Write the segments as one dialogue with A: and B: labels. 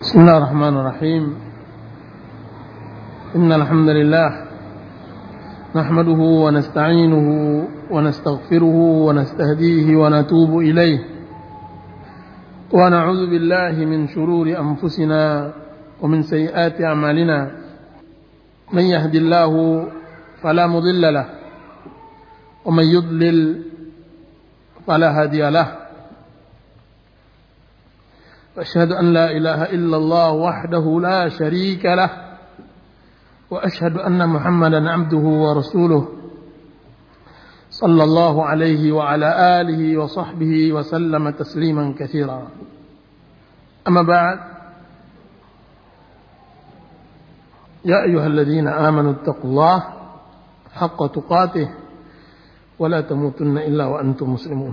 A: بسم الله الرحمن الرحيم إن الحمد لله نحمده ونستعينه ونستغفره ونستهديه ونتوب إليه ونعوذ بالله من شرور أنفسنا ومن سيئات أعمالنا من يهد الله فلا مضل له ومن يضلل فلا هادي له وأشهد أن لا إله إلا الله وحده لا شريك له وأشهد أن محمدا عبده ورسوله صلى الله عليه وعلى آله وصحبه وسلم تسليما كثيرا أما بعد يا أيها الذين آمنوا اتقوا الله حق تقاته ولا تموتن إلا وأنتم مسلمون.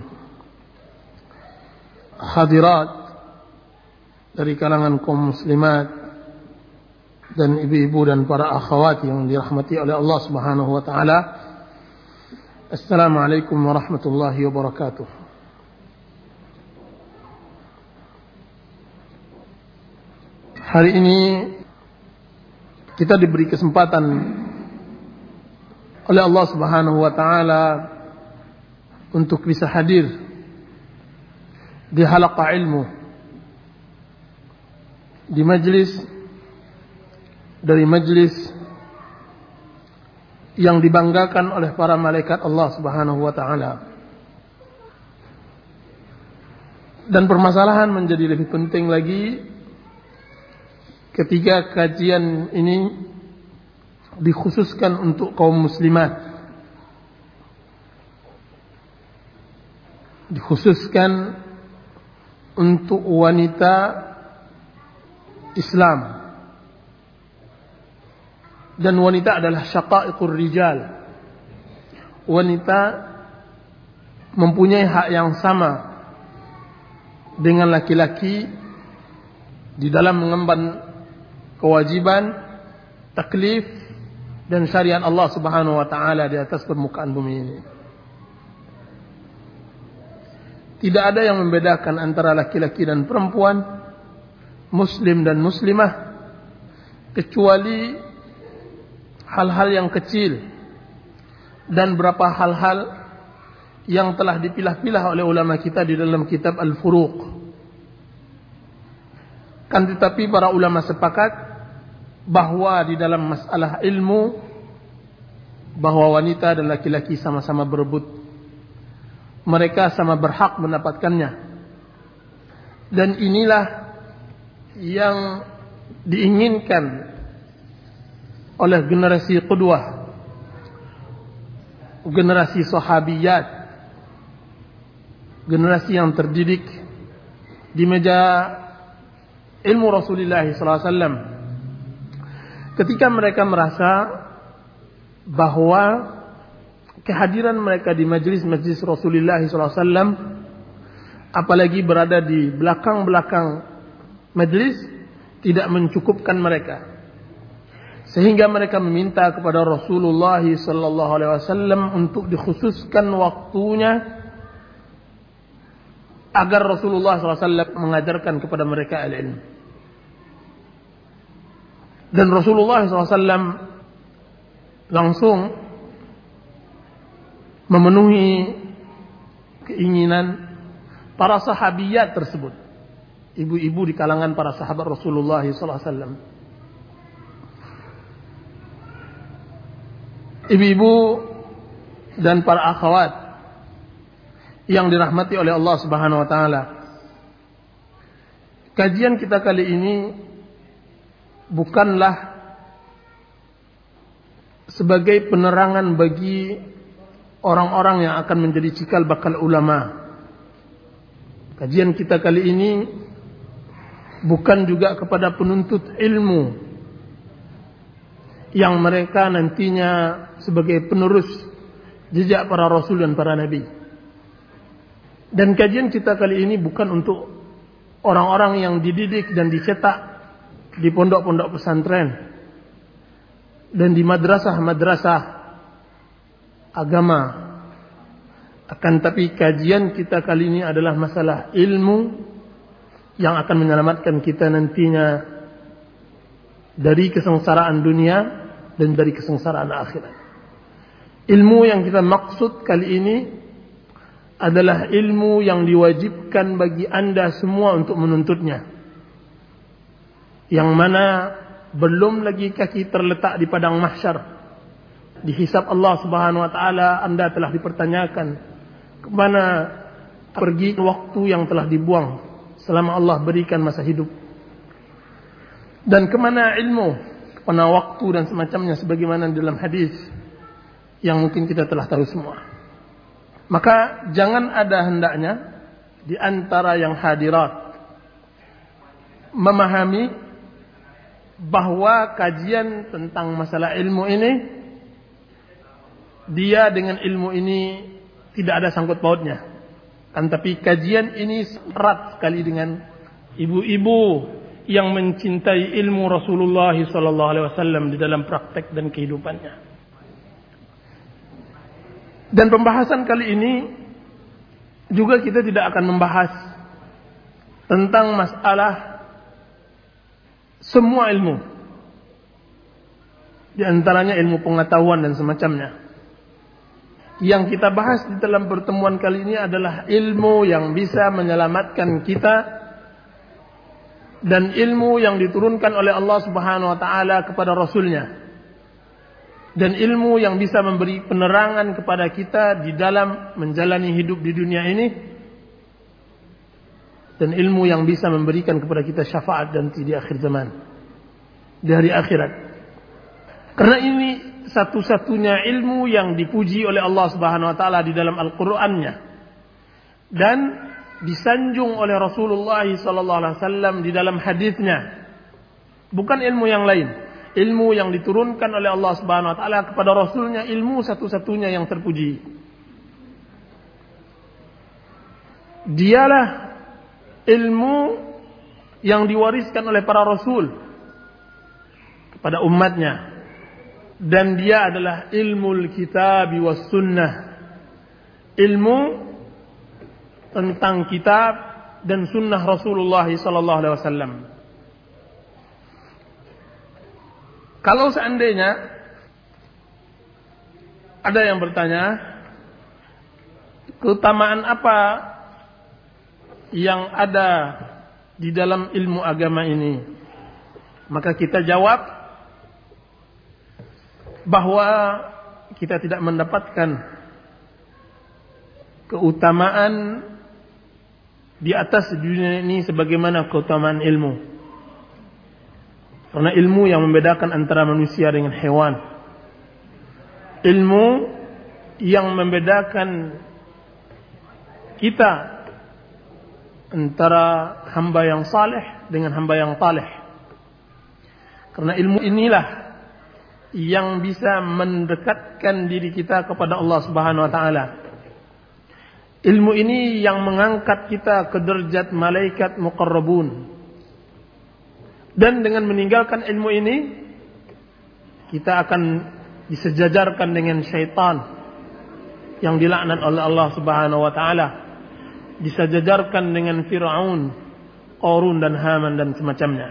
A: Hadirat dari kalangan kaum muslimat dan ibu-ibu dan para akhwat yang dirahmati oleh Allah Subhanahu wa taala. Assalamualaikum warahmatullahi wabarakatuh. Hari ini kita diberi kesempatan oleh Allah Subhanahu wa taala untuk bisa hadir di halaqah ilmu, di majlis dari majlis yang dibanggakan oleh para malaikat Allah Subhanahu wa taala. Dan permasalahan menjadi lebih penting lagi ketika kajian ini dikhususkan untuk kaum muslimat, dikhususkan untuk wanita Islam, dan wanita adalah syaqaiqur rijal. Wanita mempunyai hak yang sama dengan laki-laki di dalam mengemban kewajiban, taklif dan syariat Allah Subhanahu wa taala di atas permukaan bumi ini. Tidak ada yang membedakan antara laki-laki dan perempuan, muslim dan muslimah, kecuali hal-hal yang kecil dan beberapa hal-hal yang telah dipilah-pilah oleh ulama kita di dalam kitab Al-Furuq. Kan tetapi para ulama sepakat bahwa di dalam masalah ilmu, bahwa wanita dan laki-laki sama-sama berebut, mereka sama berhak mendapatkannya. Dan inilah yang diinginkan oleh generasi qudwah, generasi sahabiyat, generasi yang terdidik di meja ilmu Rasulullah SAW, ketika mereka merasa bahwa kehadiran mereka di majlis-majlis Rasulullah SAW, apalagi berada di belakang-belakang majlis, tidak mencukupkan mereka, sehingga mereka meminta kepada Rasulullah SAW untuk dikhususkan waktunya agar Rasulullah SAW mengajarkan kepada mereka al-ilm. Dan Rasulullah SAW langsung memenuhi keinginan para sahabiyat tersebut, ibu-ibu di kalangan para sahabat Rasulullah SAW. Ibu-ibu dan para akhwat yang dirahmati oleh Allah Subhanahu wa taala. Kajian kita kali ini bukanlah sebagai penerangan bagi orang-orang yang akan menjadi cikal bakal ulama. Kajian kita kali ini bukan juga kepada penuntut ilmu yang mereka nantinya sebagai penerus jejak para rasul dan para nabi. Dan kajian kita kali ini bukan untuk orang-orang yang dididik dan dicetak di pondok-pondok pesantren dan di madrasah-madrasah agama. Akan tapi kajian kita kali ini adalah masalah ilmu yang akan menyelamatkan kita nantinya dari kesengsaraan dunia dan dari kesengsaraan akhirat. Ilmu yang kita maksud kali ini adalah ilmu yang diwajibkan bagi Anda semua untuk menuntutnya, yang mana belum lagi kaki terletak di padang mahsyar, di hisab Allah Subhanahu wa taala, Anda telah dipertanyakan kemana pergi waktu yang telah dibuang selama Allah berikan masa hidup, dan kemana ilmu, kemana waktu dan semacamnya, sebagaimana dalam hadis yang mungkin kita telah tahu semua. Maka jangan ada hendaknya di antara yang hadirat memahami bahwa kajian tentang masalah ilmu ini, dia dengan ilmu ini tidak ada sangkut pautnya. Kan tapi kajian ini erat sekali dengan ibu-ibu yang mencintai ilmu Rasulullah SAW di dalam praktek dan kehidupannya. Dan pembahasan kali ini juga kita tidak akan membahas tentang masalah semua ilmu, di antaranya ilmu pengetahuan dan semacamnya. Yang kita bahas di dalam pertemuan kali ini adalah ilmu yang bisa menyelamatkan kita dan ilmu yang diturunkan oleh Allah Subhanahu wa taala kepada Rasulnya, dan ilmu yang bisa memberi penerangan kepada kita di dalam menjalani hidup di dunia ini, dan ilmu yang bisa memberikan kepada kita syafaat nanti di akhir zaman, di hari akhirat. Karena ini satu-satunya ilmu yang dipuji oleh Allah Subhanahu wa taala di dalam Al-Qur'annya dan disanjung oleh Rasulullah sallallahu alaihi wasallam di dalam hadisnya. Bukan ilmu yang lain. Ilmu yang diturunkan oleh Allah Subhanahu wa taala kepada Rasulnya, ilmu satu-satunya yang terpuji. Dialah ilmu yang diwariskan oleh para rasul kepada umatnya, dan dia adalah ilmu kitab was sunnah, ilmu tentang kitab dan sunnah Rasulullah sallallahu alaihi wasallam. Kalau seandainya ada yang bertanya, keutamaan apa yang ada di dalam ilmu agama ini, maka kita jawab bahwa kita tidak mendapatkan keutamaan di atas dunia ini sebagaimana keutamaan ilmu. Karena ilmu yang membedakan antara manusia dengan hewan, ilmu yang membedakan kita antara hamba yang saleh dengan hamba yang taleh. Karena ilmu inilah yang bisa mendekatkan diri kita kepada Allah Subhanahu wa taala. Ilmu ini yang mengangkat kita ke derajat malaikat muqarrabun. Dan dengan meninggalkan ilmu ini, kita akan disejajarkan dengan syaitan yang dilaknat oleh Allah Subhanahu wa taala, disejajarkan dengan Fir'aun, Qarun dan Haman dan semacamnya.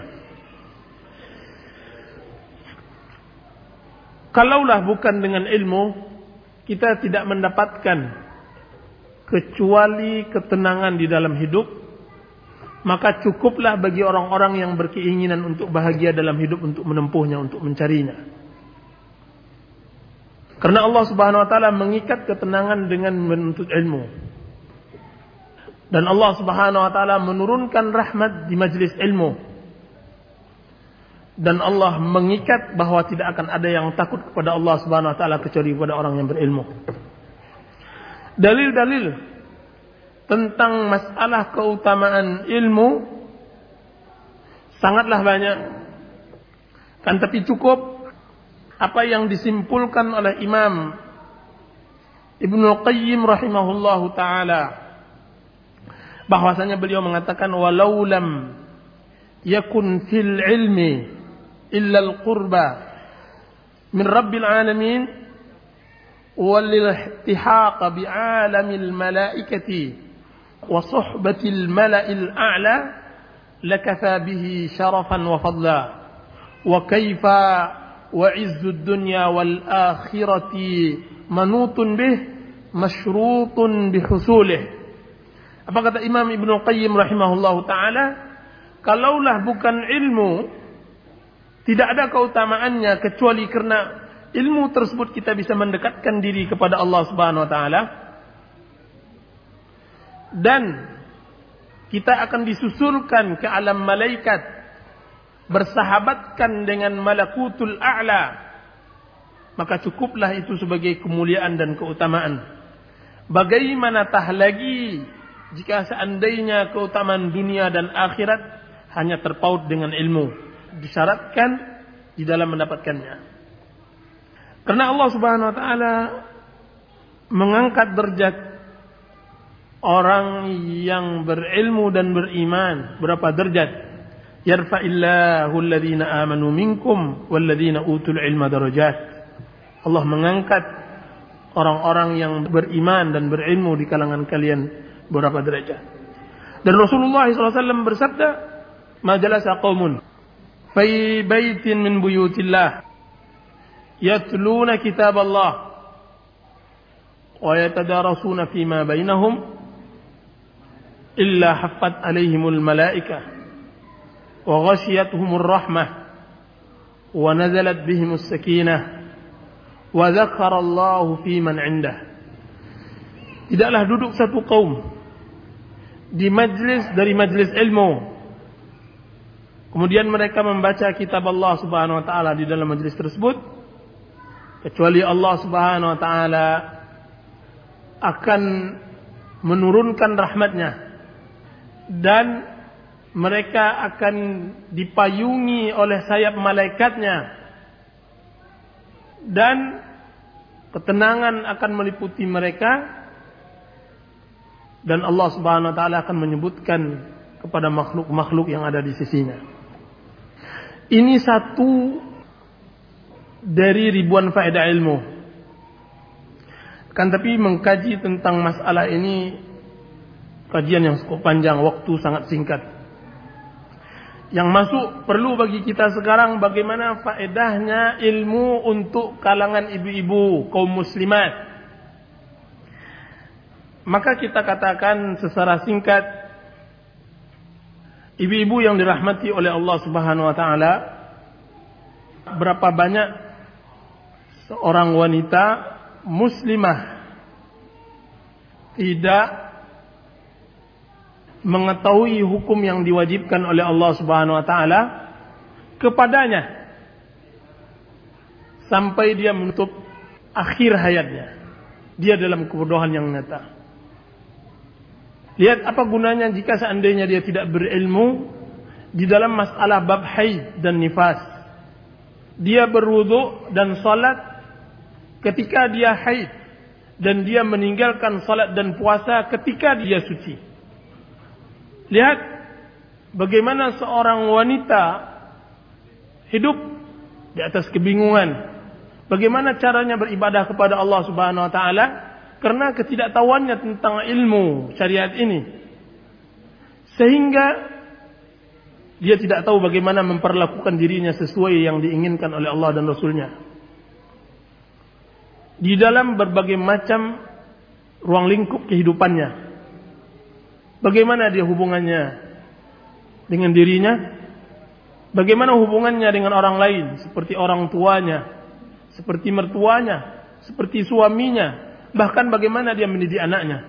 A: Kalaulah bukan dengan ilmu, kita tidak mendapatkan kecuali ketenangan di dalam hidup, maka cukuplah bagi orang-orang yang berkeinginan untuk bahagia dalam hidup untuk menempuhnya, untuk mencarinya. Karena Allah Subhanahu wa taala mengikat ketenangan dengan menuntut ilmu. Dan Allah Subhanahu wa taala menurunkan rahmat di majlis ilmu. Dan Allah mengikat bahwa tidak akan ada yang takut kepada Allah Subhanahu wa taala kecuali kepada orang yang berilmu. Dalil-dalil tentang masalah keutamaan ilmu sangatlah banyak. Kan tapi cukup apa yang disimpulkan oleh Imam Ibnu Qayyim rahimahullahu taala, bahwasanya beliau mengatakan walau lam yakun fil ilmi illa al-qurba min rabbil alamin wal ihtihaq bi alamil malaikati wa suhbatil mala'il a'la لكفى به شرفا وفضلا وكيف وعز الدنيا والآخرة منوط به مشروط بحصوله. Apa kata Imam Ibnu Qayyim rahimahullahu ta'ala? Kalaulah bukan ilmu, tidak ada keutamaannya kecuali karena ilmu tersebut kita bisa mendekatkan diri kepada Allah Subhanahu wa taala, dan kita akan disusulkan ke alam malaikat, bersahabatkan dengan malakutul a'la, maka cukuplah itu sebagai kemuliaan dan keutamaan. Bagaimana tah lagi jika seandainya keutamaan dunia dan akhirat hanya terpaut dengan ilmu, disyaratkan di dalam mendapatkannya. Karena Allah Subhanahu wa taala mengangkat derajat orang yang berilmu dan beriman. Berapa derajat? Yarfa'illahu alladhina amanu minkum walladhina utul ilma darajat. Allah mengangkat orang-orang yang beriman dan berilmu di kalangan kalian berapa derajat. Dan Rasulullah SAW bersabda, "Ma jalasa qaumun fi baitin min buyutillah yatluna kitab Allah wa yatadarasuna fima bainahum illa haffat alaihimul malaikah wa ghashiyatuhumur rahmah wa nazalat bihimus sakinah wa dzakarallahu fi man 'indah." Tidaklah duduk satu kaum di majlis dari majlis ilmu, kemudian mereka membaca kitab Allah Subhanahu wa taala di dalam majlis tersebut, kecuali Allah Subhanahu wa taala akan menurunkan rahmatnya dan mereka akan dipayungi oleh sayap malaikatnya, dan ketenangan akan meliputi mereka, dan Allah Subhanahu wa taala akan menyebutkan kepada makhluk-makhluk yang ada di sisinya. Ini satu dari ribuan faedah ilmu. Kan tapi mengkaji tentang masalah ini kajian yang cukup panjang, waktu sangat singkat. Yang masuk perlu bagi kita sekarang bagaimana faedahnya ilmu untuk kalangan ibu-ibu kaum muslimat. Maka kita katakan secara singkat, ibu-ibu yang dirahmati oleh Allah Subhanahu wa taala, berapa banyak seorang wanita muslimah tidak mengetahui hukum yang diwajibkan oleh Allah Subhanahu wa taala kepadanya sampai dia menutup akhir hayatnya. Dia dalam kebodohan yang nyata. Lihat apa gunanya jika seandainya dia tidak berilmu di dalam masalah bab haid dan nifas. Dia berwudu dan salat ketika dia haid, dan dia meninggalkan salat dan puasa ketika dia suci. Lihat bagaimana seorang wanita hidup di atas kebingungan. Bagaimana caranya beribadah kepada Allah Subhanahu wa taala karena ketidaktahuannya tentang ilmu syariat ini, sehingga dia tidak tahu bagaimana memperlakukan dirinya sesuai yang diinginkan oleh Allah dan Rasulnya di dalam berbagai macam ruang lingkup kehidupannya. Bagaimana dia hubungannya dengan dirinya, bagaimana hubungannya dengan orang lain, seperti orang tuanya, seperti mertuanya, seperti suaminya, bahkan bagaimana dia mendidik anaknya.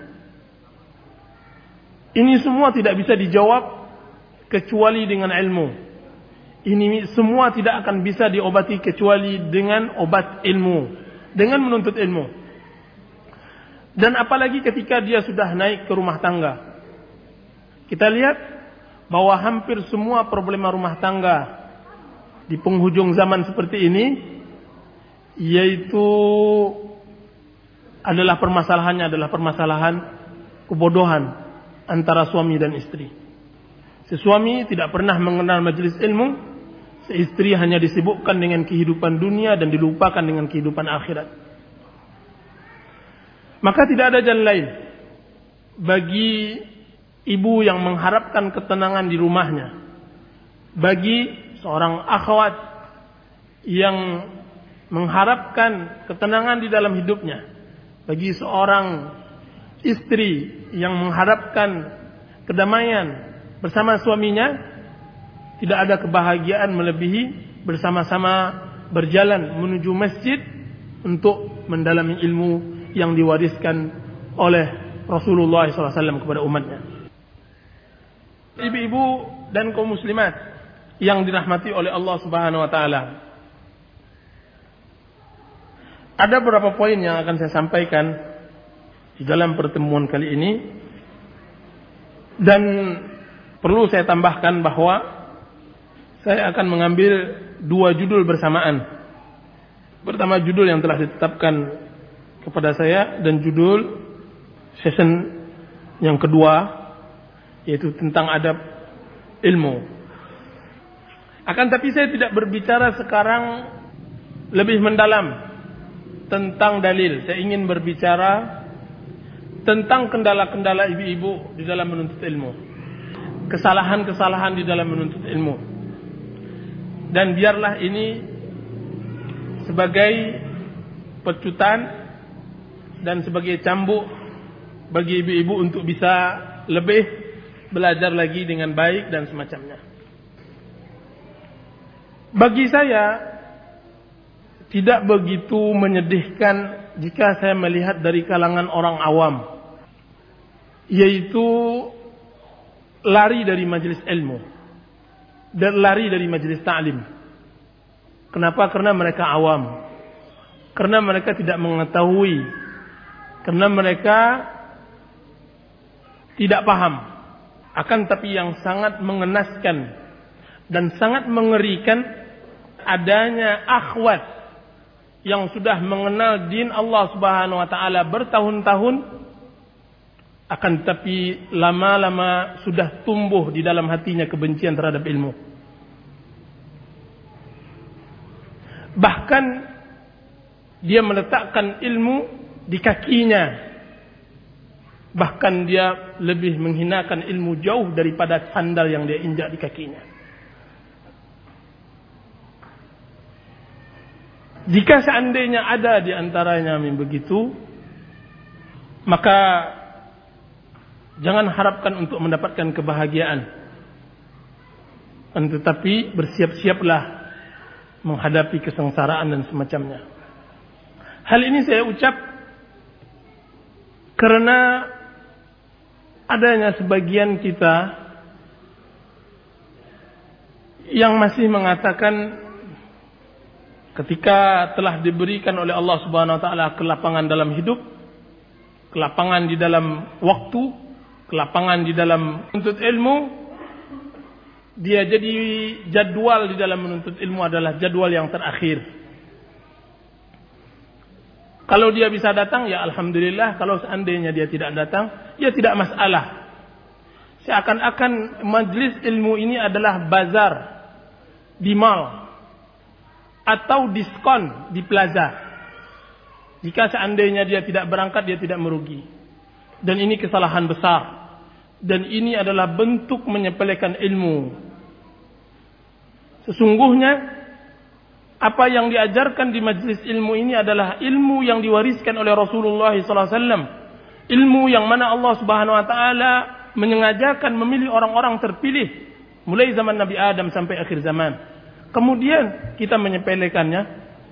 A: Ini semua tidak bisa dijawab kecuali dengan ilmu. Ini semua tidak akan bisa diobati kecuali dengan obat ilmu, dengan menuntut ilmu. Dan apalagi ketika dia sudah naik ke rumah tangga. Kita lihat bahwa hampir semua problema rumah tangga di penghujung zaman seperti ini, yaitu adalah permasalahan kebodohan antara suami dan istri. Si suami tidak pernah mengenal majelis ilmu, si istri hanya disibukkan dengan kehidupan dunia dan dilupakan dengan kehidupan akhirat. Maka tidak ada jalan lain bagi ibu yang mengharapkan ketenangan di rumahnya, bagi seorang akhwat yang mengharapkan ketenangan di dalam hidupnya, bagi seorang istri yang mengharapkan kedamaian bersama suaminya, tidak ada kebahagiaan melebihi bersama-sama berjalan menuju masjid untuk mendalami ilmu yang diwariskan oleh Rasulullah SAW kepada umatnya. Ibu-ibu dan kaum muslimat yang dirahmati oleh Allah Subhanahu wa taala, ada beberapa poin yang akan saya sampaikan di dalam pertemuan kali ini, dan perlu saya tambahkan bahwa saya akan mengambil dua judul bersamaan. Pertama, judul yang telah ditetapkan kepada saya, dan judul session yang kedua, yaitu tentang adab ilmu. Akan tapi saya tidak berbicara sekarang lebih mendalam tentang dalil. Saya ingin berbicara tentang kendala-kendala ibu-ibu di dalam menuntut ilmu, kesalahan-kesalahan di dalam menuntut ilmu. Dan biarlah ini sebagai pecutan dan sebagai cambuk bagi ibu-ibu untuk bisa lebih belajar lagi dengan baik dan semacamnya. Bagi saya tidak begitu menyedihkan jika saya melihat dari kalangan orang awam, yaitu lari dari majelis ilmu dan lari dari majelis ta'lim. Kenapa? Karena mereka awam, karena mereka tidak mengetahui, karena mereka tidak paham. Akan tapi yang sangat mengenaskan dan sangat mengerikan, adanya akhwat yang sudah mengenal din Allah Subhanahu wa taala bertahun-tahun, akan tapi lama-lama sudah tumbuh di dalam hatinya kebencian terhadap ilmu. Bahkan dia meletakkan ilmu di kakinya. Bahkan dia lebih menghinakan ilmu jauh daripada sandal yang dia injak di kakinya. Jika seandainya ada di antaranya yang begitu, maka jangan harapkan untuk mendapatkan kebahagiaan. Tetapi bersiap-siaplah menghadapi kesengsaraan dan semacamnya. Hal ini saya ucap karena adanya sebagian kita yang masih mengatakan ketika telah diberikan oleh Allah Subhanahu wa taala kelapangan dalam hidup, kelapangan di dalam waktu, kelapangan di dalam menuntut ilmu, dia jadi jadwal di dalam menuntut ilmu adalah jadwal yang terakhir. Kalau dia bisa datang, ya alhamdulillah. Kalau seandainya dia tidak datang, ya tidak masalah. Seakan-akan majlis ilmu ini adalah bazar di mall atau diskon di plaza. Jika seandainya dia tidak berangkat, dia tidak merugi. Dan ini kesalahan besar. Dan ini adalah bentuk menyepelekan ilmu. Sesungguhnya apa yang diajarkan di majlis ilmu ini adalah ilmu yang diwariskan oleh Rasulullah SAW. Ilmu yang mana Allah Subhanahu wa taala menyengajakan memilih orang-orang terpilih mulai zaman Nabi Adam sampai akhir zaman. Kemudian kita menyepelekannya.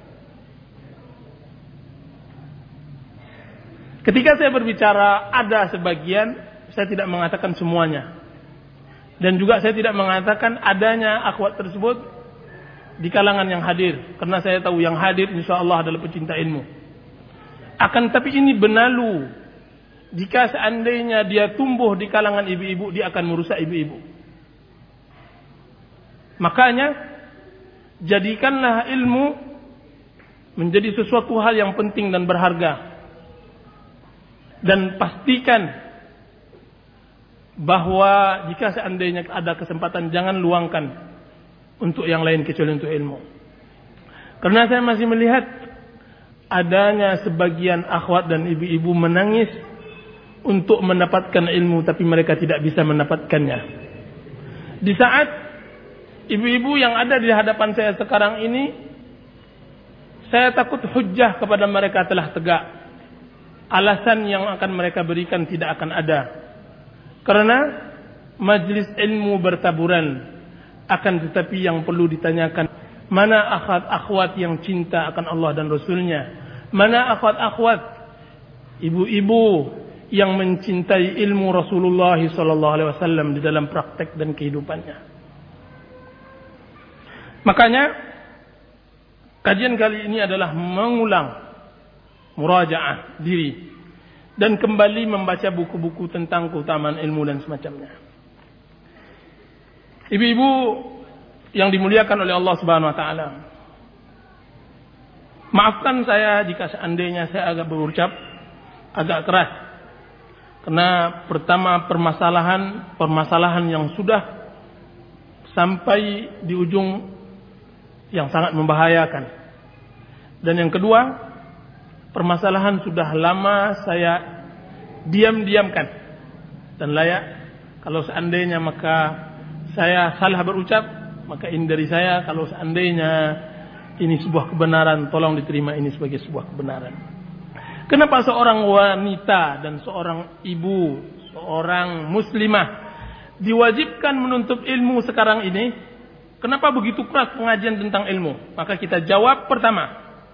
A: Ketika saya berbicara ada sebagian, saya tidak mengatakan semuanya. Dan juga saya tidak mengatakan adanya akhwat tersebut di kalangan yang hadir, karena saya tahu yang hadir insyaallah adalah pecinta ilmu. Akan tapi ini benalu. Jika seandainya dia tumbuh di kalangan ibu-ibu, dia akan merusak ibu-ibu. Makanya jadikanlah ilmu menjadi sesuatu hal yang penting dan berharga. Dan pastikan bahwa jika seandainya ada kesempatan, jangan luangkan untuk yang lain kecuali untuk ilmu. Karena saya masih melihat adanya sebagian akhwat dan ibu-ibu menangis untuk mendapatkan ilmu tapi mereka tidak bisa mendapatkannya. Di saat ibu-ibu yang ada di hadapan saya sekarang ini, saya takut hujjah kepada mereka telah tegak. Alasan yang akan mereka berikan tidak akan ada. Karena majlis ilmu bertaburan, akan tetapi yang perlu ditanyakan, mana akhwat yang cinta akan Allah dan Rasulnya? Mana akhwat ibu-ibu yang mencintai ilmu Rasulullah SAW di dalam praktek dan kehidupannya? Makanya kajian kali ini adalah mengulang murajaah diri dan kembali membaca buku-buku tentang keutamaan ilmu dan semacamnya. Ibu-ibu yang dimuliakan oleh Allah Subhanahu wa taala, maafkan saya jika seandainya saya agak berucap agak keras. Karena pertama permasalahan yang sudah sampai di ujung yang sangat membahayakan. Dan yang kedua, permasalahan sudah lama saya diamkan dan layak. Kalau seandainya maka saya salah berucap, maka ini dari saya. Kalau seandainya ini sebuah kebenaran, tolong diterima ini sebagai sebuah kebenaran. Kenapa seorang wanita dan seorang ibu, seorang muslimah diwajibkan menuntut ilmu sekarang ini? Kenapa begitu keras pengajian tentang ilmu? Maka kita jawab pertama,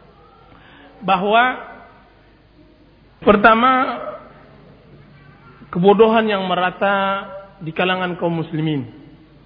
A: bahwa pertama kebodohan yang merata di kalangan kaum muslimin,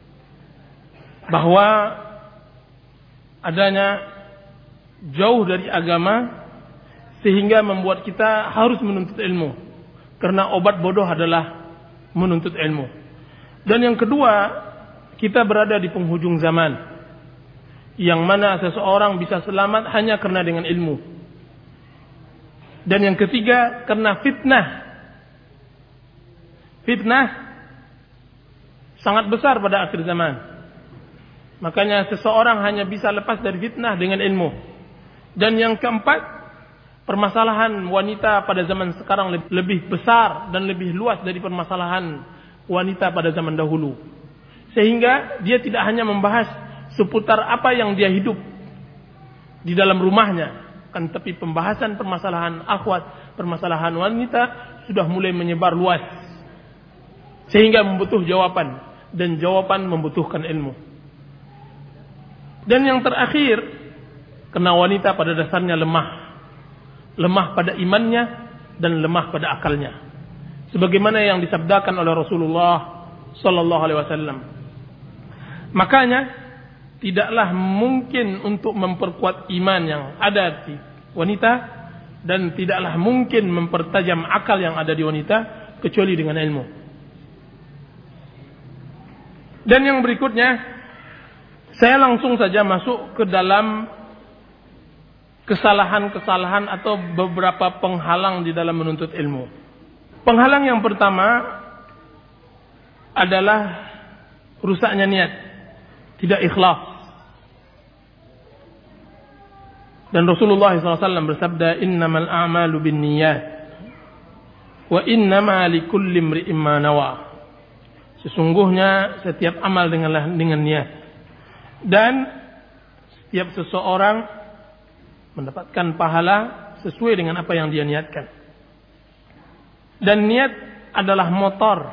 A: bahwa adanya jauh dari agama sehingga membuat kita harus menuntut ilmu, karena obat bodoh adalah menuntut ilmu. Dan yang kedua, kita berada di penghujung zaman yang mana seseorang bisa selamat hanya karena dengan ilmu. Dan yang ketiga, karena fitnah sangat besar pada akhir zaman. Makanya seseorang hanya bisa lepas dari fitnah dengan ilmu. Dan yang keempat, permasalahan wanita pada zaman sekarang lebih besar dan lebih luas dari permasalahan wanita pada zaman dahulu. Sehingga dia tidak hanya membahas seputar apa yang dia hidup di dalam rumahnya, kan, tapi pembahasan permasalahan akhwat, permasalahan wanita sudah mulai menyebar luas. Sehingga membutuhkan jawaban, dan jawaban membutuhkan ilmu. Dan yang terakhir, karena wanita pada dasarnya lemah pada imannya dan lemah pada akalnya, sebagaimana yang disabdakan oleh Rasulullah sallallahu alaihi wasallam. Makanya tidaklah mungkin untuk memperkuat iman yang ada di wanita, dan tidaklah mungkin mempertajam akal yang ada di wanita kecuali dengan ilmu. Dan yang berikutnya, saya langsung saja masuk ke dalam kesalahan-kesalahan atau beberapa penghalang di dalam menuntut ilmu. Penghalang yang pertama adalah rusaknya niat, tidak ikhlas. Dan Rasulullah SAW bersabda, innamal a'malu binniyat wa innama likulli imri'in ma nawa. Sesungguhnya setiap amal dengan niat, dan setiap seseorang mendapatkan pahala sesuai dengan apa yang dia niatkan. Dan niat adalah motor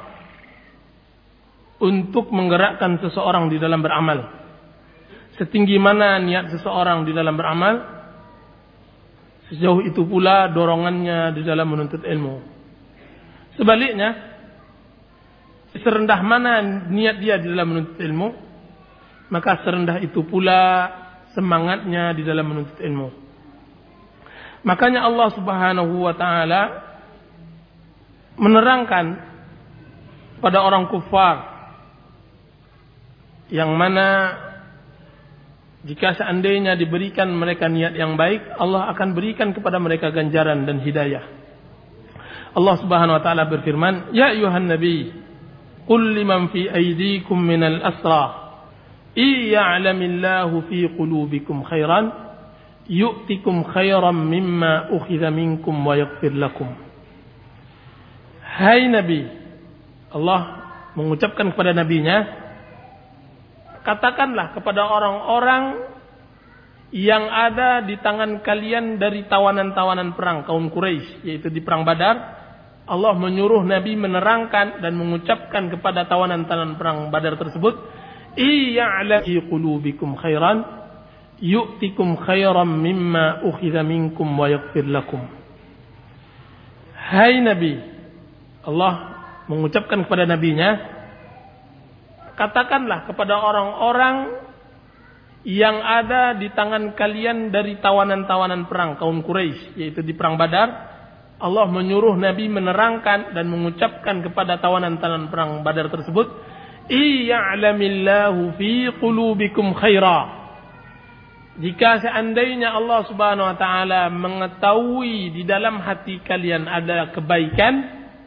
A: untuk menggerakkan seseorang di dalam beramal. Setinggi mana niat seseorang di dalam beramal, sejauh itu pula dorongannya di dalam menuntut ilmu. Sebaliknya, serendah mana niat dia di dalam menuntut ilmu, maka serendah itu pula semangatnya di dalam menuntut ilmu. Makanya Allah Subhanahu wa taala menerangkan pada orang kufar, yang mana jika seandainya diberikan mereka niat yang baik, Allah akan berikan kepada mereka ganjaran dan hidayah. Allah Subhanahu wa taala berfirman, ya ayuhan nabi, qul liman fi aydikum minal asra iya'lamillahu fi qulubikum khairan yu'tikum khairan mimma ukhidha minkum wa yaghfir lakum. Hai Nabi, Allah mengucapkan kepada nabinya, katakanlah kepada orang-orang yang ada di tangan kalian dari tawanan-tawanan perang kaum Quraisy, yaitu di perang Badar, Allah menyuruh Nabi menerangkan dan mengucapkan kepada tawanan-tawanan perang Badar tersebut, "Iya'lam fi qulubikum khairan yu'tikum khairan mimma ukhidha minkum wa yaghfir lakum." Hai Nabi, Allah mengucapkan kepada nabinya, katakanlah kepada orang-orang yang ada di tangan kalian dari tawanan-tawanan perang kaum Quraisy, yaitu di perang Badar, Allah menyuruh Nabi menerangkan dan mengucapkan kepada tawanan-tawanan perang Badar tersebut, "Iya'lamillahu fi qulubikum khaira." Jika seandainya Allah Subhanahu wa taala mengetahui di dalam hati kalian ada kebaikan,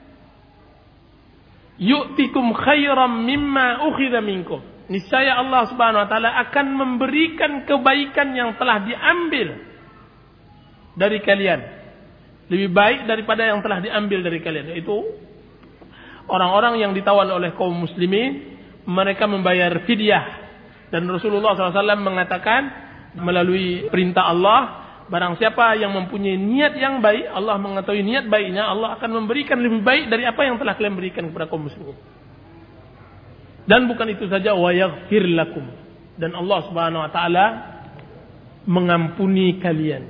A: yu'tikum khairan mimma ukhidha minkum. Niscaya Allah Subhanahu wa taala akan memberikan kebaikan yang telah diambil dari kalian. Lebih baik daripada yang telah diambil dari kalian. Yaitu orang-orang yang ditawan oleh kaum muslimin, mereka membayar fidyah. Dan Rasulullah SAW mengatakan melalui perintah Allah, barang siapa yang mempunyai niat yang baik, Allah mengetahui niat baiknya, Allah akan memberikan lebih baik dari apa yang telah kalian berikan kepada kaum muslimin. Dan bukan itu saja, wa yaghfir lakum, dan Allah Subhanahu wa taala mengampuni kalian.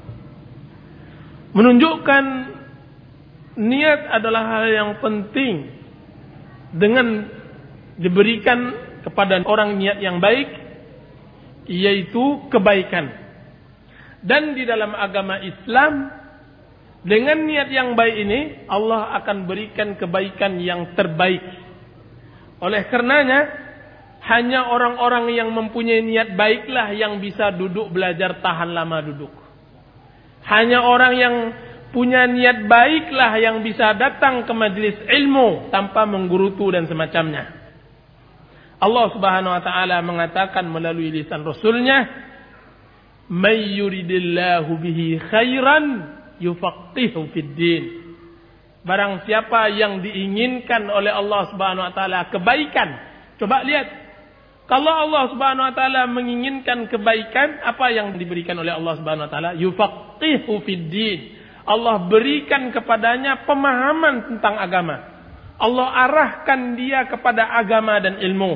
A: Menunjukkan niat adalah hal yang penting. Dengan diberikan kepada orang niat yang baik, yaitu kebaikan. Dan di dalam agama Islam, dengan niat yang baik ini, Allah akan berikan kebaikan yang terbaik. Oleh karenanya, hanya orang-orang yang mempunyai niat baiklah yang bisa duduk belajar tahan lama duduk. Hanya orang yang punya niat baiklah yang bisa datang ke majelis ilmu tanpa menggerutu dan semacamnya. Allah Subhanahu wa taala mengatakan melalui lisan Rasulnya, "May yuridillahu bihi khairan yufaqihu fid din." Barang siapa yang diinginkan oleh Allah Subhanahu wa taala kebaikan. Coba lihat. Kalau Allah Subhanahu wa taala menginginkan kebaikan, apa yang diberikan oleh Allah Subhanahu wa taala? Yufaqihu fid din. Allah berikan kepadanya pemahaman tentang agama. Allah arahkan dia kepada agama dan ilmu.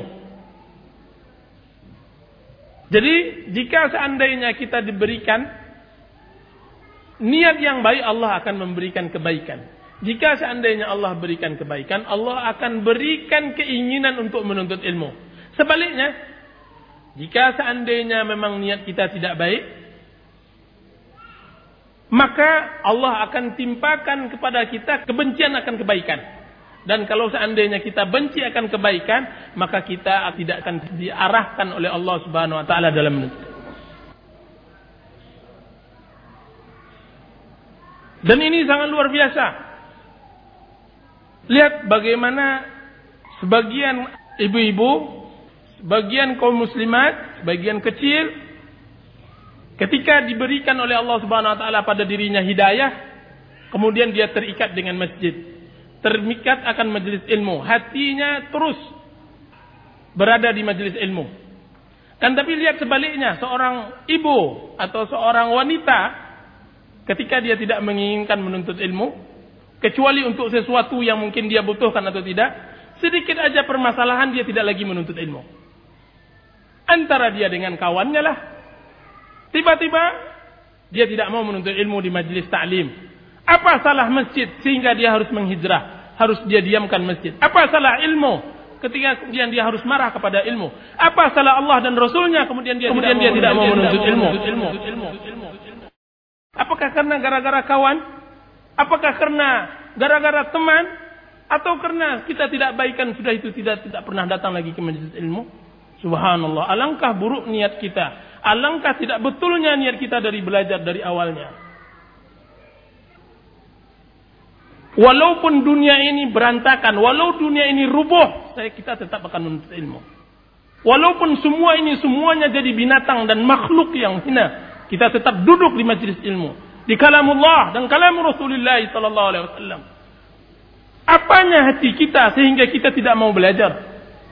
A: Jadi, jika seandainya kita diberikan niat yang baik, Allah akan memberikan kebaikan. Jika seandainya Allah berikan kebaikan, Allah akan berikan keinginan untuk menuntut ilmu. Sebaliknya, jika seandainya memang niat kita tidak baik, maka Allah akan timpakan kepada kita kebencian akan kebaikan. Dan kalau seandainya kita benci akan kebaikan, maka kita tidak akan diarahkan oleh Allah Subhanahu wa taala dalam menuntut. Dan ini sangat luar biasa. Lihat bagaimana sebagian ibu-ibu, sebagian kaum muslimat, sebagian kecil, ketika diberikan oleh Allah Subhanahu wa taala pada dirinya hidayah, kemudian dia terikat dengan masjid, terikat akan majelis ilmu, hatinya terus berada di majelis ilmu. Kan tapi lihat sebaliknya, seorang ibu atau seorang wanita ketika dia tidak menginginkan menuntut ilmu, kecuali untuk sesuatu yang mungkin dia butuhkan atau tidak, sedikit aja permasalahan dia tidak lagi menuntut ilmu. Antara dia dengan kawannya lah. Tiba-tiba dia tidak mau menuntut ilmu di majelis ta'lim. Apa salah masjid sehingga dia harus menghijrah, harus dia diamkan masjid? Apa salah ilmu ketika kemudian dia harus marah kepada ilmu? Apa salah Allah dan Rasulnya kemudian dia tidak mau menuntut ilmu? Apakah karena gara-gara kawan? Apakah karena gara-gara teman? Atau karena kita tidak baikan sudah itu tidak pernah datang lagi ke majelis ilmu? Subhanallah, alangkah buruk niat kita. Alangkah tidak betulnya niat kita dari belajar dari awalnya. Walaupun dunia ini berantakan, walau dunia ini rubuh, kita tetap akan menuntut ilmu. Walaupun semua ini semuanya jadi binatang dan makhluk yang hina, kita tetap duduk di majelis ilmu, di kalamullah dan kalam Rasulullah sallallahu alaihi wasallam. Apanya hati kita sehingga kita tidak mau belajar?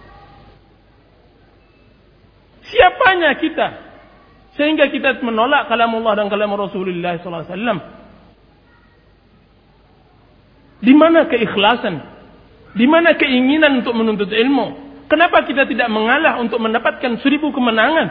A: Siapanya kita sehingga kita menolak kalamullah dan kalam Rasulullah sallallahu alaihi wasallam? Di mana keikhlasan? Di mana keinginan untuk menuntut ilmu? Kenapa kita tidak mengalah untuk mendapatkan 1000 kemenangan?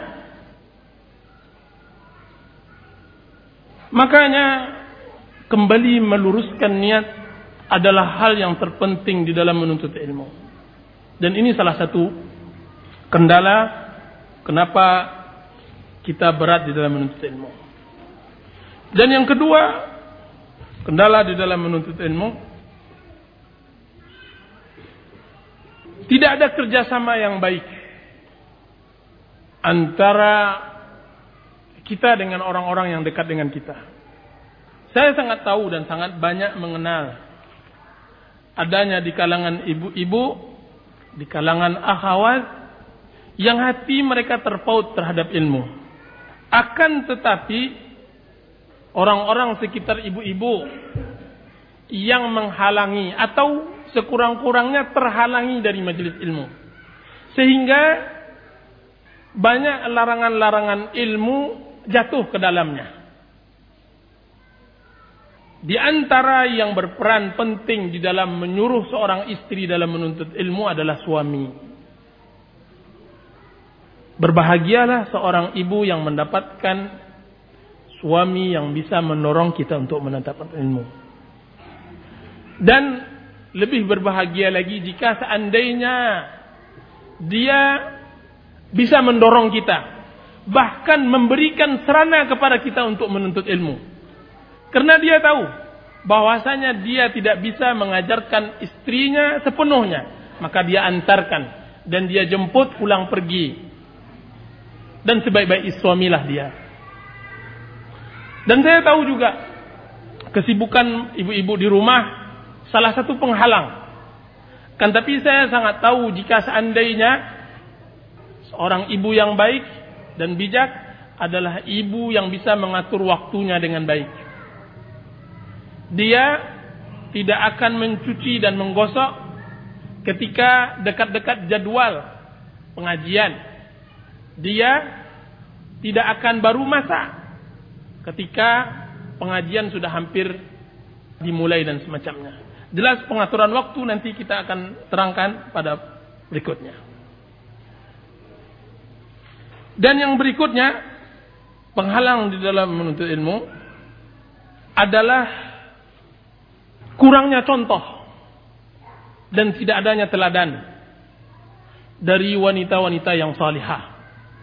A: Makanya kembali meluruskan niat adalah hal yang terpenting di dalam menuntut ilmu. Dan ini salah satu kendala kenapa kita berat di dalam menuntut ilmu. Dan yang kedua, kendala di dalam menuntut ilmu, tidak ada kerjasama yang baik antara kita dengan orang-orang yang dekat dengan kita. Saya sangat tahu dan sangat banyak mengenal adanya di kalangan ibu-ibu, di kalangan akhwat, yang hati mereka terpaut terhadap ilmu. Akan tetapi orang-orang sekitar ibu-ibu yang menghalangi atau sekurang-kurangnya terhalangi dari majelis ilmu, sehingga banyak larangan-larangan ilmu jatuh ke dalamnya. Di antara yang berperan penting di dalam menyuruh seorang istri dalam menuntut ilmu adalah suami. Berbahagialah seorang ibu yang mendapatkan suami yang bisa mendorong kita untuk menetapkan ilmu. Dan lebih berbahagia lagi jika seandainya dia bisa mendorong kita, bahkan memberikan sarana kepada kita untuk menuntut ilmu. Karena dia tahu bahwasanya dia tidak bisa mengajarkan istrinya sepenuhnya, maka dia antarkan dan dia jemput pulang pergi. Dan sebaik-baik suamilah dia. Dan saya tahu juga kesibukan ibu-ibu di rumah salah satu penghalang. Kan tapi saya sangat tahu jika seandainya seorang ibu yang baik dan bijak adalah ibu yang bisa mengatur waktunya dengan baik. Dia tidak akan mencuci dan menggosok ketika dekat-dekat jadwal pengajian. Dia tidak akan baru masak ketika pengajian sudah hampir dimulai dan semacamnya. Jelas pengaturan waktu nanti kita akan terangkan pada berikutnya. Dan yang berikutnya, penghalang di dalam menuntut ilmu adalah kurangnya contoh dan tidak adanya teladan dari wanita-wanita yang salihah.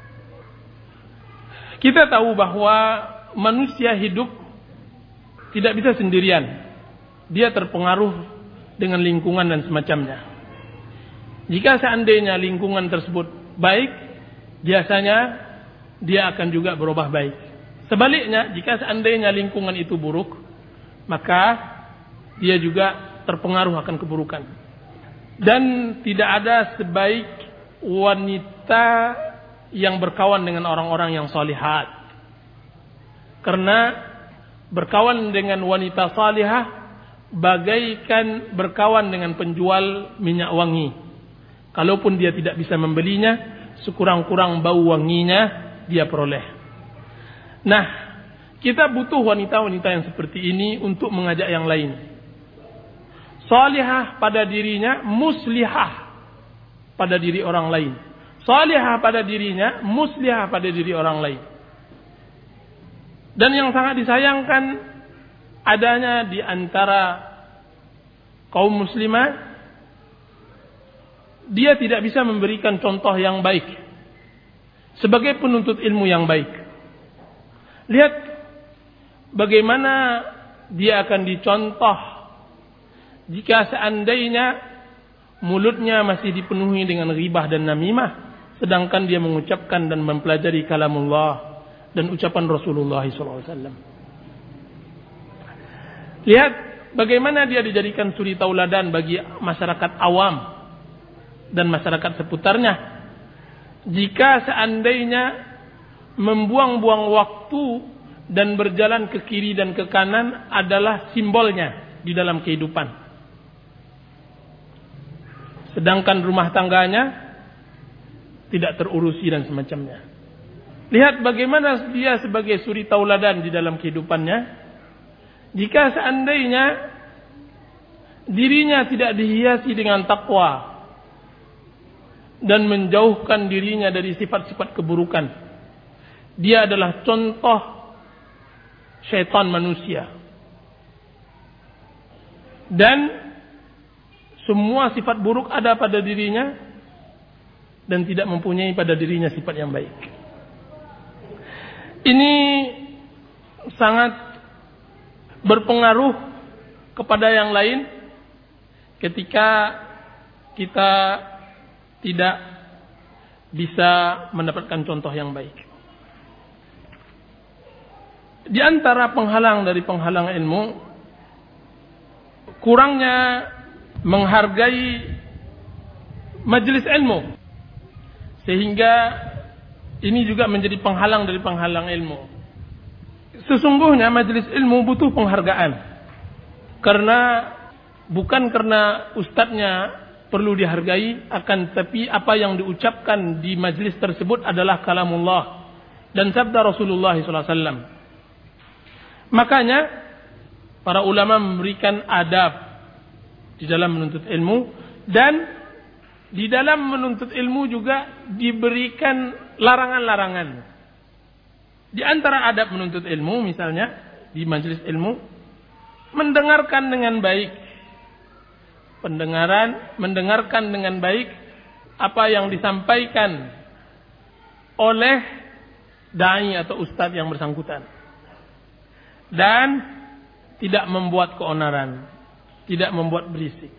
A: Kita tahu bahwa manusia hidup tidak bisa sendirian. Dia terpengaruh dengan lingkungan dan semacamnya. Jika seandainya lingkungan tersebut baik, biasanya dia akan juga berubah baik. Sebaliknya, jika seandainya lingkungan itu buruk, maka dia juga terpengaruh akan keburukan. Dan tidak ada sebaik wanita yang berkawan dengan orang-orang yang salihat. Karena berkawan dengan wanita salihah bagaikan berkawan dengan penjual minyak wangi. Kalaupun dia tidak bisa membelinya, sekurang-kurang bau wanginya dia peroleh. Nah, kita butuh wanita-wanita yang seperti ini untuk mengajak yang lain. Salihah pada dirinya, muslihah pada diri orang lain. Salihah pada dirinya, muslihah pada diri orang lain. Dan yang sangat disayangkan adanya di antara kaum muslimah, dia tidak bisa memberikan contoh yang baik sebagai penuntut ilmu yang baik. Lihat bagaimana dia akan dicontoh jika seandainya mulutnya masih dipenuhi dengan ghibah dan namimah, sedangkan dia mengucapkan dan mempelajari kalamullah dan ucapan Rasulullah SAW. Lihat bagaimana dia dijadikan suri tauladan bagi masyarakat awam dan masyarakat seputarnya. Jika seandainya membuang-buang waktu dan berjalan ke kiri dan ke kanan adalah simbolnya di dalam kehidupan. sedangkan rumah tangganya tidak terurusi dan semacamnya. Lihat bagaimana dia sebagai suri tauladan di dalam kehidupannya. Jika seandainya dirinya tidak dihiasi dengan takwa dan menjauhkan dirinya dari sifat-sifat keburukan, dia adalah contoh syaitan manusia. Dan semua sifat buruk ada pada dirinya dan tidak mempunyai pada dirinya sifat yang baik. Ini sangat berpengaruh kepada yang lain ketika kita tidak bisa mendapatkan contoh yang baik. Di antara penghalang dari penghalang ilmu, kurangnya menghargai majelis ilmu, sehingga ini juga menjadi penghalang dari penghalang ilmu. Sesungguhnya majelis ilmu butuh penghargaan, karena bukan karena ustadznya perlu dihargai, akan tapi apa yang diucapkan di majelis tersebut adalah kalamullah dan sabda Rasulullah SAW. Makanya para ulama memberikan adab di dalam menuntut ilmu, dan di dalam menuntut ilmu juga diberikan larangan-larangan. Di antara adab menuntut ilmu, misalnya di majelis ilmu, mendengarkan dengan baik. Mendengarkan dengan baik apa yang disampaikan oleh dai atau ustadz yang bersangkutan. Dan tidak membuat keonaran, tidak membuat berisik.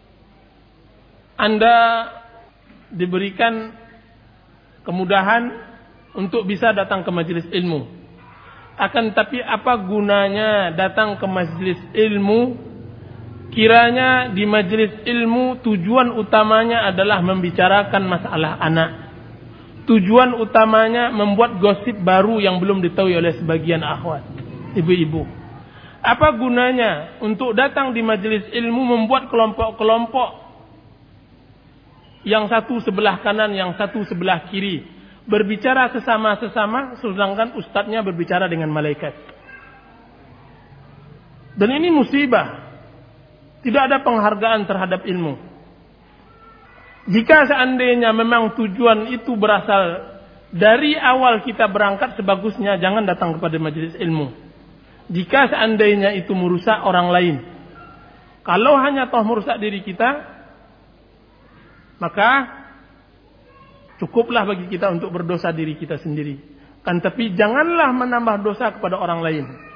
A: Anda diberikan kemudahan untuk bisa datang ke majelis ilmu. Akan tapi apa gunanya datang ke majelis ilmu kiranya di majelis ilmu tujuan utamanya adalah membicarakan masalah anak. Tujuan utamanya membuat gosip baru yang belum diketahui oleh sebagian akhwat, ibu-ibu. Apa gunanya untuk datang di majelis ilmu membuat kelompok-kelompok, yang satu sebelah kanan, yang satu sebelah kiri, berbicara sesama-sesama, sedangkan ustadznya berbicara dengan malaikat. Dan ini musibah. Tidak ada penghargaan terhadap ilmu. Jika seandainya memang tujuan itu berasal dari awal kita berangkat, sebagusnya jangan datang kepada majelis ilmu. Jika seandainya itu merusak orang lain. Kalau hanya toh merusak diri kita, maka cukuplah bagi kita untuk berdosa diri kita sendiri. Kan tapi janganlah menambah dosa kepada orang lain.